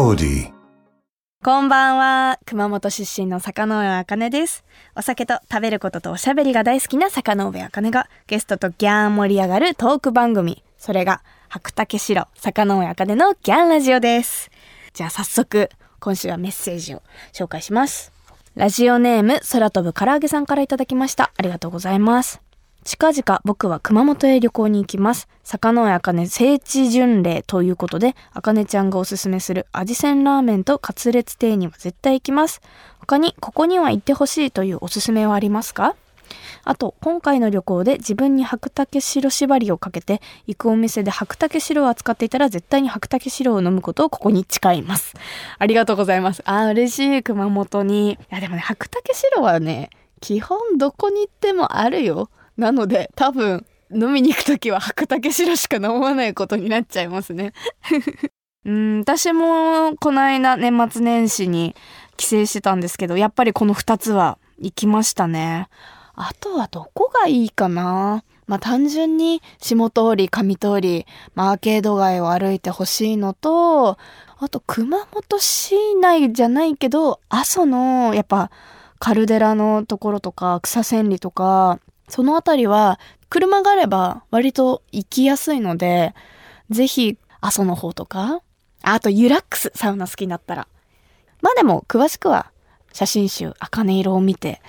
Melody。 こんばんは。熊本出身の坂上茜です。お酒と食べることとおしゃべりが大好きな坂上茜がゲストとギャーン盛り上がるトーク番組。それが白竹城坂上茜のギャンラジオです。じゃあ早速今週はメッセージを紹介します。ラジオネーム空飛ぶ唐揚げさんからいただきました。ありがとうございます。近々僕は熊本へ旅行に行きます。坂上茜聖地巡礼ということで、茜ちゃんがおすすめする味仙ラーメンとカツレツ亭には絶対行きます。他にここには行ってほしいというおすすめはありますか？あと今回の旅行で自分に白竹城縛りをかけて行くお店で白竹城を扱っていたら絶対に白竹城を飲むことをここに誓います。ありがとうございます。嬉しい。熊本に。いやでもね、白竹城はね、基本どこに行ってもあるよ。なので多分飲みに行くときは白竹城しか飲まないことになっちゃいますね私もこの間年末年始に帰省してたんですけど、やっぱりこの2つは行きましたね。あとはどこがいいかな。単純に下通り上通り、アーケード街を歩いてほしいのと、あと熊本市内じゃないけど阿蘇のやっぱカルデラのところとか草千里とか、そのあたりは車があれば割と行きやすいので、ぜひ阿蘇の方とか、あとユラックス、サウナ好きになったら。でも詳しくは写真集茜色を見て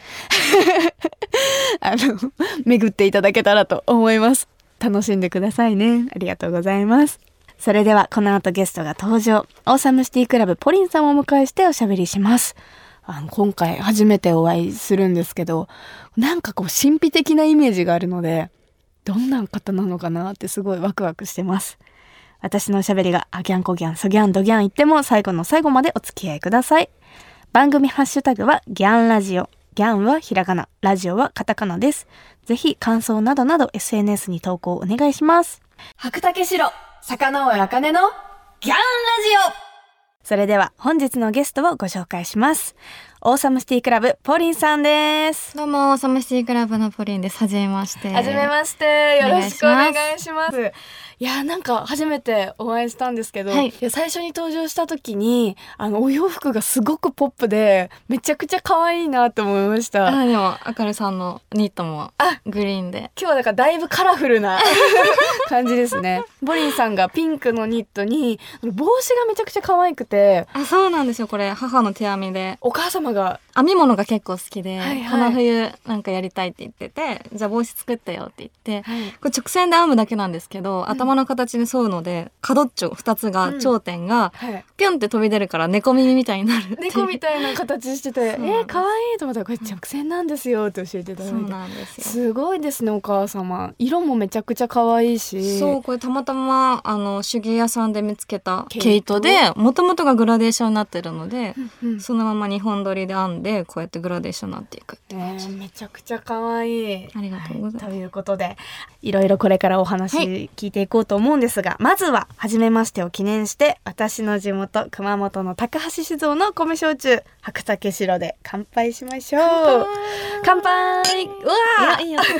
巡っていただけたらと思います。楽しんでくださいね。ありがとうございます。それではこの後ゲストが登場。オーサムシティクラブポリンさんをお迎えしておしゃべりします。今回初めてお会いするんですけど、なんかこう神秘的なイメージがあるので、どんな方なのかなってすごいワクワクしてます。私のおしゃべりがギャンコギャンソギャンドギャン言っても最後の最後までお付き合いください。番組ハッシュタグはギャンラジオ。ギャンはひらがな、ラジオはカタカナです。ぜひ感想などなど SNS に投稿お願いします。白竹城坂上茜のギャンラジオ。それでは本日のゲストをご紹介します。オーサムシティクラブポリンさんです。 どうもオーサムシティクラブのポリンです。はじめまして。 はじめまして。よろしくお願いします。いや、なんか初めてお会いしたんですけど、いや最初に登場した時にお洋服がすごくポップでめちゃくちゃ可愛いなって思いました。 でもあかるさんのニットもグリーンで、 今日はだからだいぶカラフルな感じですね。ポリンさんがピンクのニットに帽子がめちゃくちゃ可愛くて。 そうなんですよ。これ母の手編みで、 お母様が編み物が結構好きで、 はいはい、 この冬なんかやりたいって言ってて、じゃあ帽子作ったよって言って、これ直線で編むだけなんですけど、頭の形に沿うので角っちょ2つが、頂点がピョンって飛び出るから猫耳みたいになるっていう。 猫みたいな形してて可愛いと思ったら、これ直線なんですよって教えていただいて。 そうなんですよ。 すごいですね。お母様色もめちゃくちゃ可愛いし。 そう、これたまたま手芸屋さんで見つけた毛糸で、もともとがグラデーションになってるので、そのまま2本取りで編んでこうやってグラデーションになっていくって感じ。 めちゃくちゃ可愛い。 ありがとうございます。 ということでいろいろこれからお話聞いていこうと思うんですが、まずは初めましてを記念して私の地元熊本の高橋酒造の米焼酎白竹城で乾杯しましょう。乾杯。うわー、いいよ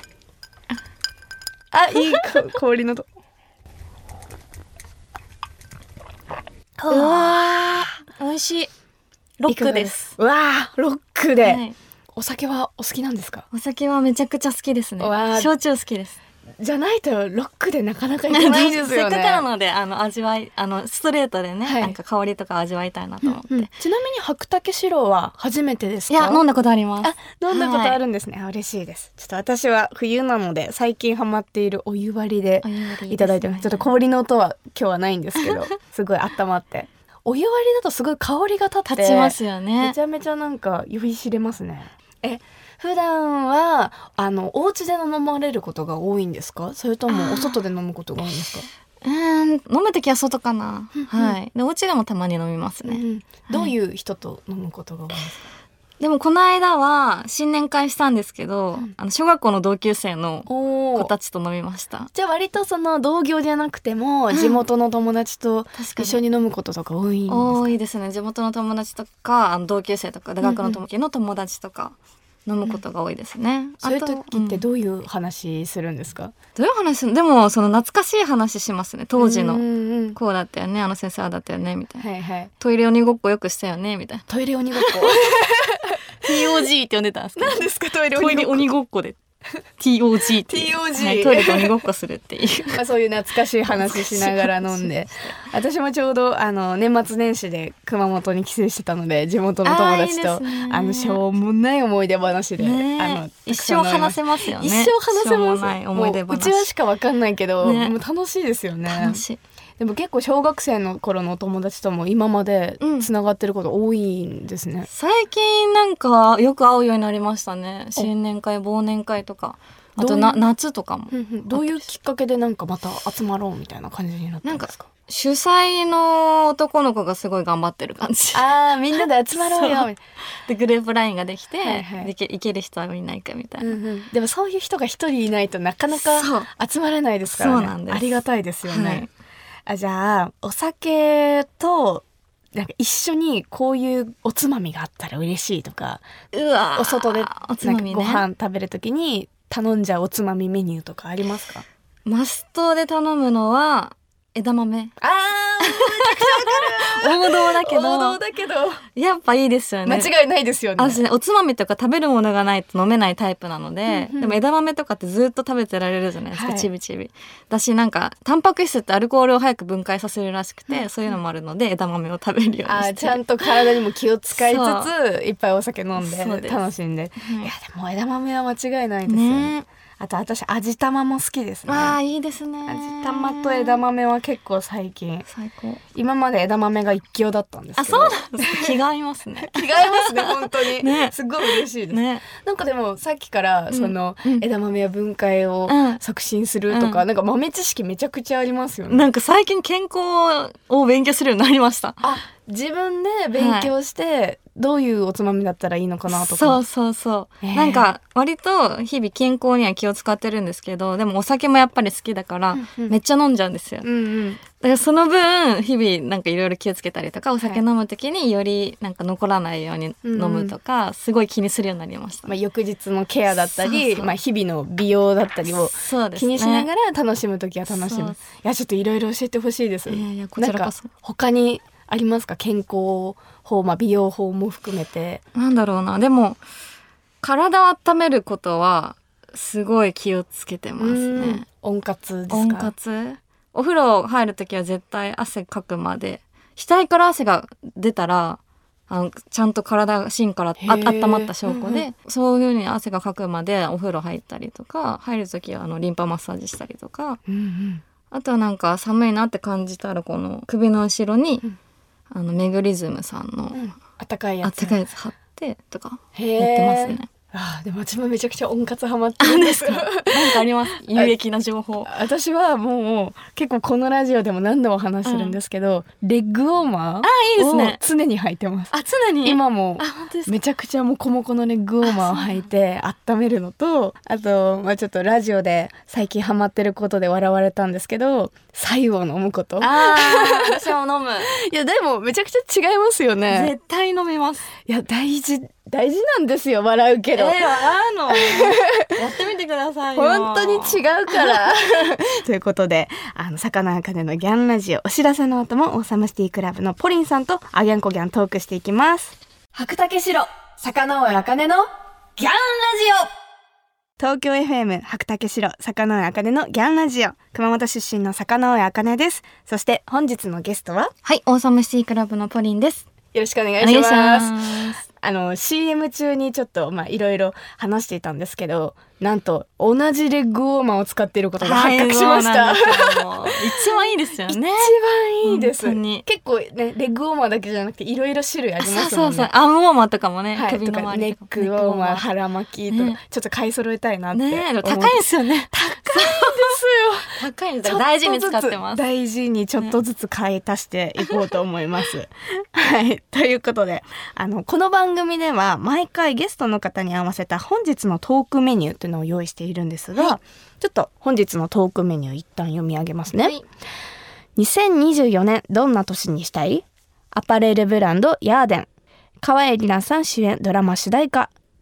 いい氷のとうわー、美味しい。ロックです。 うわー、ロックで、お酒はお好きなんですか？ お酒はめちゃくちゃ好きですね。焼酎好きです。 じゃないとロックでなかなかいけないですよね。 せっかくなので味わいストレートでね、なんか香りとか味わいたいなと思って、 ちなみに白竹城は初めてですか？ いや、飲んだことあります。 飲んだことあるんですね。嬉しいです。ちょっと私は冬なので最近ハマっているお湯割りでいただいてます。ちょっと氷の音は今日はないんですけどすごい温まって、お湯割りだとすごい香りが立って立ちますよね。 めちゃめちゃなんか酔いしれますね。普段はお家で飲まれることが多いんですか？それともお外で飲むことが多いんですか？ 飲むときは外かな。でお家でもたまに飲みますね。 どういう人と飲むことが多いですか？ でもこの間は新年会したんですけど、小学校の同級生の子たちと飲みました。 じゃあ割とその同業じゃなくても地元の友達と一緒に飲むこととか多いんですか？ 多いですね。地元の友達とか同級生とか大学の友達とか飲むことが多いですね。 そういう時ってどういう話するんですか？ どういう話？でもその懐かしい話しますね。当時のこうだったよね、あの先生ああだったよねみたいな、 はいはい、 トイレ鬼ごっこよくしたよねみたいな。 トイレ鬼ごっこ TOG って呼んでたんですけど。 何ですかトイレ鬼ごっこでTOG って TOG、 はい、トイレと鬼ごっこするっていうまあそういう懐かしい話しながら飲んで私もちょうど年末年始で熊本に帰省してたので、地元の友達といいですね、 しょうもない思い出話で、 一生話せますよね。 一生話せます。 しょうもない思い出話。 もううちはしか分かんないけど、 ね、 もう楽しいですよね。 楽しい。 でも結構小学生の頃のお友達とも今までつながってること多いんですね、 最近なんかよく会うようになりましたね。新年会、忘年会とか、あと夏とかも。 どういうきっかけでなんかまた集まろうみたいな感じになったんですか？ 主催の男の子がすごい頑張ってる感じ。 みんなで集まろうよでグループラインができて、 はいはい、 いける人はいないかみたいな、 でもそういう人が一人いないとなかなか集まれないですからね。 そうなんです。 ありがたいですよね、 はい、 じゃあお酒となんか一緒にこういうおつまみがあったら嬉しいとか、お外でなんかご飯食べるときに頼んじゃうおつまみメニューとかありますか？ マストで頼むのは枝豆。王道だけどやっぱいいですよね。 間違いないですよね。 私ね、おつまみとか食べるものがないと飲めないタイプなので、でも枝豆とかってずっと食べてられるじゃないですか、ちびちび。私なんかタンパク質ってアルコールを早く分解させるらしくて、そういうのもあるので枝豆を食べるようにして。 ちゃんと体にも気を使いつついっぱいお酒飲んで楽しんで、いやでも枝豆は間違いないですよね。あと私味玉も好きですね。 いいですね。 味玉と枝豆は結構最近最高。 今まで枝豆が一強だったんですけど。 そうなんです。気が合いますね。 気が合いますね本当に、ね、すごい嬉しいです、ね、なんかでもさっきからその、枝豆は分解を促進するとか、なんか豆知識めちゃくちゃありますよね。 なんか最近健康を勉強するようになりました。 自分で勉強して、どういうおつまみだったらいいのかなとか。そう、なんか割と日々健康には気を使ってるんですけど、でもお酒もやっぱり好きだから、めっちゃ飲んじゃうんですよ、だからその分日々なんかいろいろ気をつけたりとか、お酒飲む時によりなんか残らないように飲むとか、すごい気にするようになりました、翌日のケアだったり、日々の美容だったりを気にしながら楽しむ時は楽しむ。いやちょっといろいろ教えてほしいです。 こちらこそ。 他にありますか？健康法、美容法も含めて。 なんだろうな、でも体を温めることはすごい気をつけてますね。 温活ですか？ 温活。お風呂入るときは絶対汗かくまで、額から汗が出たらちゃんと体芯から温まった証拠で、そういう風に汗がかくまでお風呂入ったりとか、入るときはリンパマッサージしたりとか、あとはなんか寒いなって感じたらこの首の後ろに、メグリズムさんのあったかいやつ貼ってとかやってますね。 でも私もめちゃくちゃ温活ハマってるんですよ。 なんかあります？有益な情報。 私はもう結構このラジオでも何度も話してるんですけど、レッグウォーマーを常に履いてます。 常に？ 今もめちゃくちゃもこもこのレッグウォーマーを履いて温めるのと、あとちょっとラジオで最近ハマってることで笑われたんですけど、白湯を飲むこと。 私も飲む。 いやでもめちゃくちゃ違いますよね。 絶対飲みます。 いや大事なんですよ。笑うけど。 笑うの？やってみてくださいよ。 本当に違うからということで魚あかねのギャンラジオ、お知らせの後もオーサムシティクラブのポリンさんとあギャンコギャントークしていきます。白竹城魚尾あかねのギャンラジオ、東京 FM 白竹城魚尾あかねのギャンラジオ、熊本出身の魚尾あかねです。そして本日のゲストはオーサムシティクラブのポリンです。 よろしくお願いします。CM 中にちょっといろいろ話していたんですけど、なんと同じレッグウォーマーを使っていることが発覚しました。 一番いいですよね。 一番いいです。結構ね、レッグウォーマーだけじゃなくていろいろ種類ありますもんね。 アームウォーマーとかもね、首の周りとかネックウォーマー、腹巻きとか、ちょっと買い揃えたいなって思って。 高いですよね。 高いですよ。 高いです。大事に使ってます。 大事にちょっとずつ買い足していこうと思います。ということでこの番組では毎回ゲストの方に合わせた本日のトークメニューというのを用意しているんですが、ちょっと本日のトークメニュー一旦読み上げますね。2024年どんな年にしたい？アパレルブランドヤーデン、川栄李奈さん主演ドラマ主題歌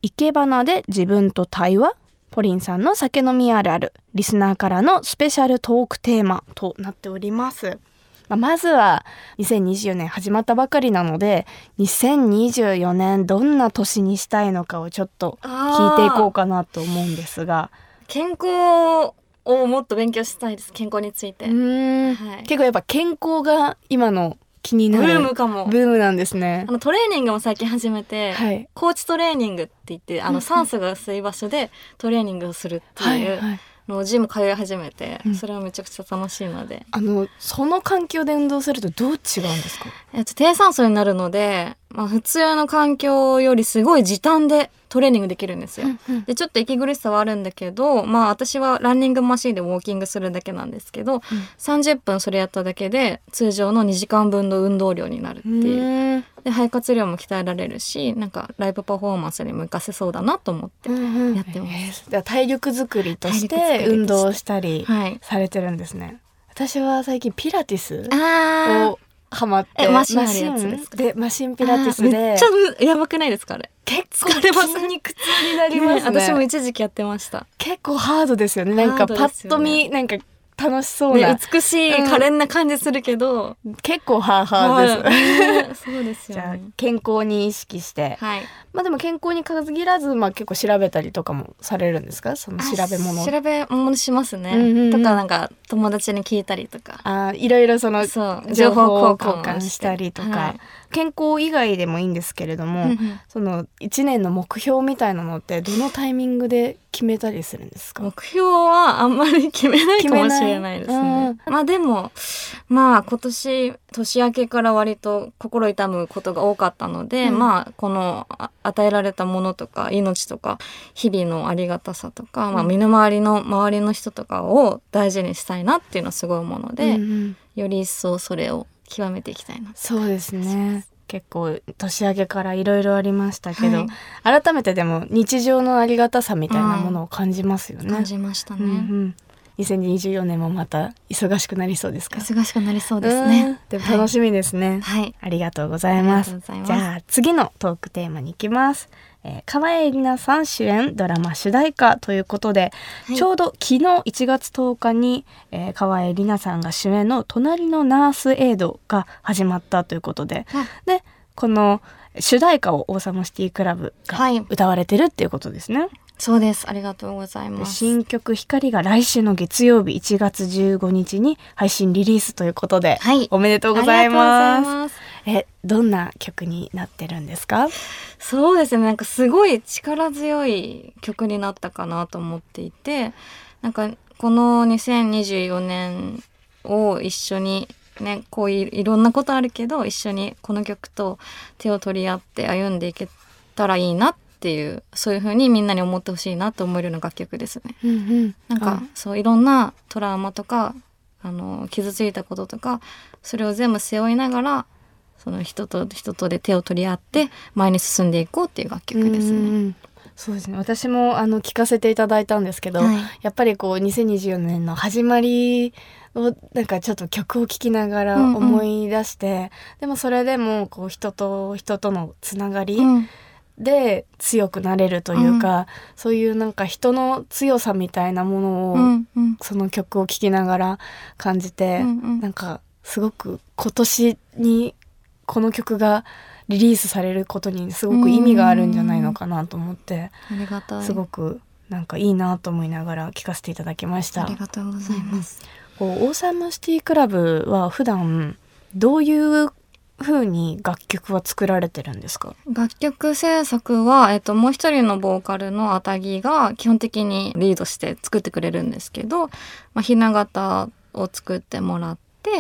生け花で自分と対話、ポリンさんの酒飲みあるある、リスナーからのスペシャルトークテーマとなっております。まずは2024年始まったばかりなので、2024年どんな年にしたいのかをちょっと聞いていこうかなと思うんですが、 健康をもっと勉強したいです。健康について。 はい、結構やっぱ健康が今の気になるブームかも。 ブームなんですね。 トレーニングも最近始めて、はい、高地トレーニングって言って酸素が薄い場所でトレーニングをするっていうのをジム通い始めて、それはめちゃくちゃ楽しいので、 その環境で運動するとどう違うんですか？ 低酸素になるので、普通の環境よりすごい時短でトレーニングできるんですよ。でちょっと息苦しさはあるんだけど、私はランニングマシンでウォーキングするだけなんですけど、30分それやっただけで通常の2時間分の運動量になるっていう。で肺活量も鍛えられるし、なんかライブパフォーマンスにも活かせそうだなと思ってやってます。 体力作りとして運動したりされてるんですね。私は最近ピラティスをハマって、 マシンあるやつですか？ マシンピラティスでめっちゃやばくないですか？あれ結構筋肉痛になりますね。 私も一時期やってました。 結構ハードですよね。なんかパッと見なんか楽しそうな、 美しい可憐な感じするけど、 結構ハーハーです。 そうですよね。 じゃあ健康に意識して、でも健康に限らず、結構調べたりとかもされるんですか？その調べ物しますね。とかなんか友達に聞いたりとか、 いろいろその情報交換したりとか、健康以外でもいいんですけれども、その1年の目標みたいなのってどのタイミングで決めたりするんですか？ 目標はあんまり決めないかもしれないですね。でも今年年明けから割と心痛むことが多かったので、この与えられたものとか命とか日々のありがたさとか、身の回りの周りの人とかを大事にしたいなっていうのはすごい思うので、より一層それを極めていきたいな。 そうですね。結構年明けからいろいろありましたけど、改めてでも日常のありがたさみたいなものを感じますよね。 感じましたね。 2024年もまた忙しくなりそうですか？ 忙しくなりそうですね。 でも楽しみですね。ありがとうございます。じゃあ次のトークテーマに行きます。川栄李奈さん主演ドラマ主題歌ということで、ちょうど昨日1月10日に、川栄李奈さんが主演の隣のナースエイドが始まったということで、でこの主題歌をオーサムシティクラブが歌われてるっていうことですね。 そうです。ありがとうございます。 新曲光が来週の月曜日1月15日に配信リリースということで、おめでとうございます。どんな曲になってるんですか？ そうですね、なんかすごい力強い曲になったかなと思っていて、なんかこの2024年を一緒にね、こういろんなことあるけど一緒にこの曲と手を取り合って歩んでいけたらいいなっていう、そういう風にみんなに思ってほしいなと思えるような楽曲ですね。なんかそういろんなトラウマとか傷ついたこととか、それを全部背負いながらその人とで手を取り合って前に進んでいこうっていう楽曲ですね。 そうですね。私も聞かせていただいたんですけど、やっぱりこう2024年の始まりをなんかちょっと曲を聴きながら思い出して、でもそれでもこう人と人とのつながりで強くなれるというか、そういうなんか人の強さみたいなものを、その曲を聴きながら感じて、なんかすごく今年にこの曲がリリースされることにすごく意味があるんじゃないのかなと思って、 ありがたい。 すごくなんかいいなと思いながら聴かせていただきました。 ありがとうございます。 オーサムシティクラブは普段どういう風に楽曲は作られてるんですか？ 楽曲制作は、もう一人のボーカルのあたぎが基本的にリードして作ってくれるんですけど、ひな形を作ってもらって、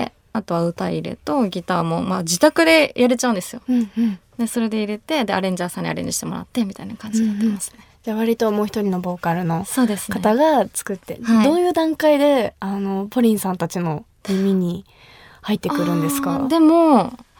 あとは歌入れとギターも、自宅でやれちゃうんですよ。でそれで入れて、でアレンジャーさんにアレンジしてもらってみたいな感じになってますね。 じゃあ割ともう一人のボーカルの方が作って、どういう段階でポリンさんたちの耳に入ってくるんですか？ でも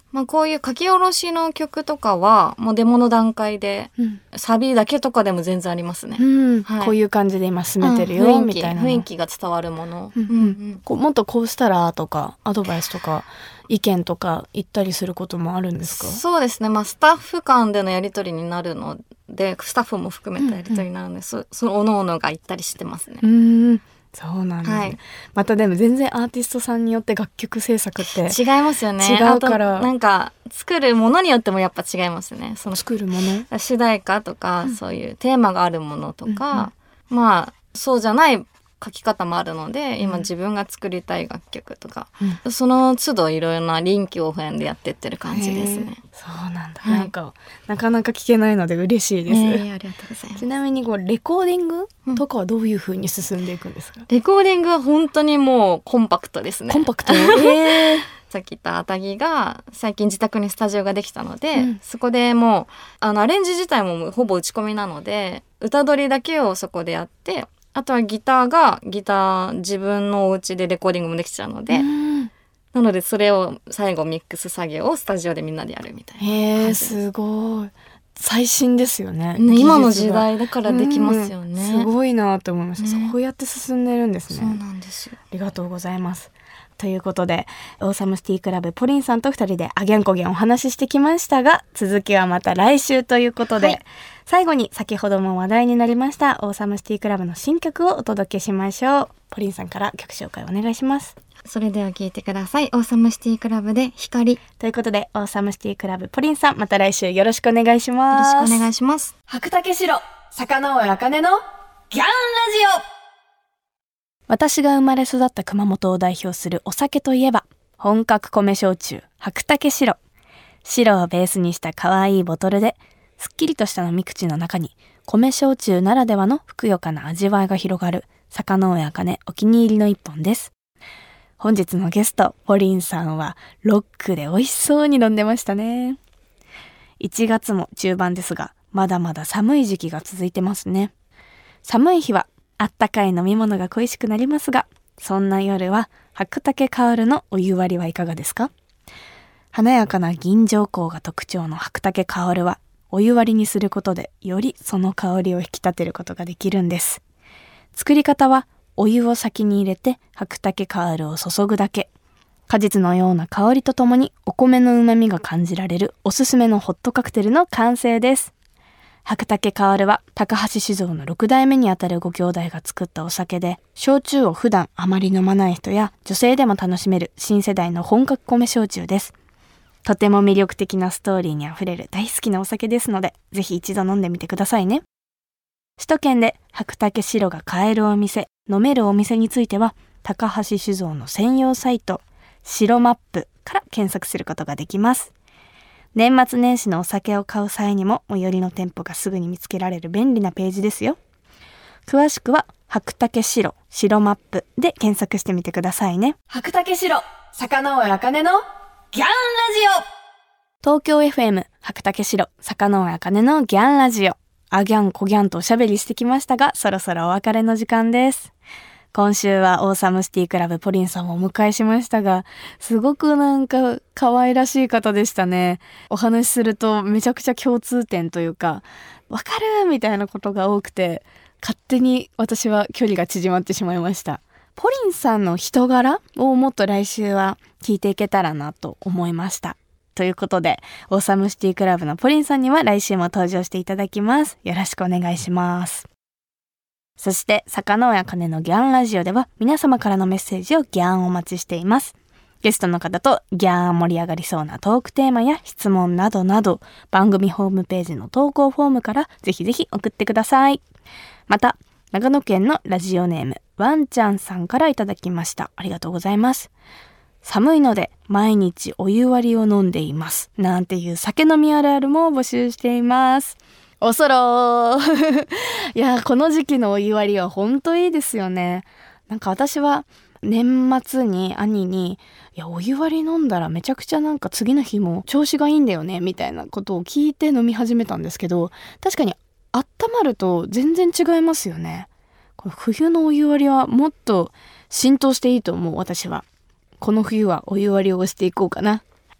こういう書き下ろしの曲とかはもうデモの段階で、サビだけとかでも全然ありますね、 こういう感じで今進めてるよ、みたいな雰囲気が伝わるもの、 もっとこうしたらとかアドバイスとか意見とか言ったりすることもあるんですか？ そうですね、スタッフ間でのやり取りになるので、スタッフも含めたやり取りになるので、その各々が言ったりしてますね。 そうなんですね、またでも全然アーティストさんによって楽曲制作って違いますよね。 違うから、 なんか作るものによってもやっぱ違いますね。その作るもの、 主題歌とか、そういうテーマがあるものとか、そうじゃない書き方もあるので、今自分が作りたい楽曲とか、その都度いろいろな臨機応変でやってってる感じですね。 そうなんだ、なんかなかなか聞けないので嬉しいです、 ありがとうございます。 ちなみにレコーディングとかはどういう風に進んでいくんですか？ レコーディングは本当にもうコンパクトですね。 コンパクトさっき言ったあたぎが最近自宅にスタジオができたので、そこでもうアレンジ自体もほぼ打ち込みなので、歌取りだけをそこでやって、あとはギター自分のお家でレコーディングもできちゃうので、なのでそれを最後ミックス作業をスタジオでみんなでやるみたいな。 すごい最新ですよね。 今の時代だからできますよね。 すごいなと思いました、そうやって進んでるんですね。 そうなんですよ。 ありがとうございます。ということでオーサムシティクラブポリンさんと2人であげんこげんお話ししてきましたが、続きはまた来週ということで、最後に先ほども話題になりましたオーサムシティクラブの新曲をお届けしましょう。ポリンさんから曲紹介お願いします。 それでは聴いてください。オーサムシティクラブで光ということでオーサムシティクラブポリンさん、また来週よろしくお願いします。 よろしくお願いします。 白竹城坂上茜のギャンラジオ。私が生まれ育った熊本を代表するお酒といえば本格米焼酎白竹白。白をベースにした可愛いボトルで、すっきりとした飲み口の中に米焼酎ならではのふくよかな味わいが広がる坂上茜お気に入りの一本です。本日のゲストポリンさんはロックで美味しそうに飲んでましたね。1月も中盤ですが、まだまだ寒い時期が続いてますね。寒い日はあったかい飲み物が恋しくなりますが、そんな夜は白竹香のお湯割りはいかがですか？華やかな銀条香が特徴の白竹香はお湯割りにすることでよりその香りを引き立てることができるんです。作り方はお湯を先に入れて白竹香を注ぐだけ。果実のような香りとともにお米の旨味が感じられるおすすめのホットカクテルの完成です。白竹香は高橋酒造の6代目にあたるご兄弟が作ったお酒で、焼酎を普段あまり飲まない人や女性でも楽しめる新世代の本格米焼酎です。とても魅力的なストーリーにあふれる大好きなお酒ですので、ぜひ一度飲んでみてくださいね。首都圏で白竹白が買えるお店、飲めるお店については高橋酒造の専用サイト白マップから検索することができます。年末年始のお酒を買う際にも最寄りの店舗がすぐに見つけられる便利なページですよ。詳しくは白竹白マップで検索してみてくださいね。白竹白坂上茜のギャンラジオ。東京 FM 白竹白坂上茜のギャンラジオ。あギャンこギャンとおしゃべりしてきましたが、そろそろお別れの時間です。今週はオーサムシティクラブポリンさんをお迎えしましたが、すごくなんか可愛らしい方でしたね。お話しするとめちゃくちゃ共通点というか、わかるみたいなことが多くて、勝手に私は距離が縮まってしまいました。ポリンさんの人柄をもっと来週は聞いていけたらなと思いました。ということで、オーサムシティクラブのポリンさんには来週も登場していただきます。よろしくお願いします。そして坂上茜のギャンラジオでは皆様からのメッセージをギャンお待ちしています。ゲストの方とギャン盛り上がりそうなトークテーマや質問などなど、番組ホームページの投稿フォームからぜひぜひ送ってください。また長野県のラジオネームワンちゃんさんからいただきました。ありがとうございます。寒いので毎日お湯割りを飲んでいますなんていう酒飲みあるあるも募集しています。おそろいや、この時期のお湯割りは本当いいですよね。なんか私は年末に兄に、いやお湯割り飲んだらめちゃくちゃなんか次の日も調子がいいんだよねみたいなことを聞いて飲み始めたんですけど、確かに温まると全然違いますよね。この冬のお湯割りはもっと浸透していいと思う。私はこの冬はお湯割りをしていこうかな。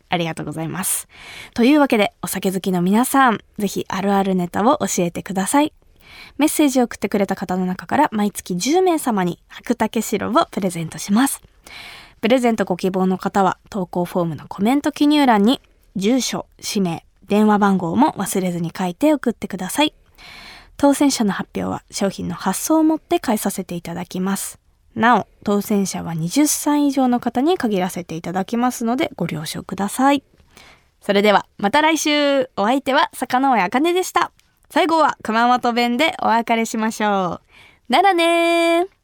ありがとうございます。というわけで、お酒好きの皆さん、ぜひあるあるネタを教えてください。メッセージを送ってくれた方の中から毎月10名様に白竹白をプレゼントします。プレゼントご希望の方は投稿フォームのコメント記入欄に住所、氏名、電話番号も忘れずに書いて送ってください。当選者の発表は商品の発送をもって返させていただきます。なお、当選者は20歳以上の方に限らせていただきますのでご了承ください。それではまた来週。お相手は坂上茜でした。最後は熊本弁でお別れしましょう。ならねー。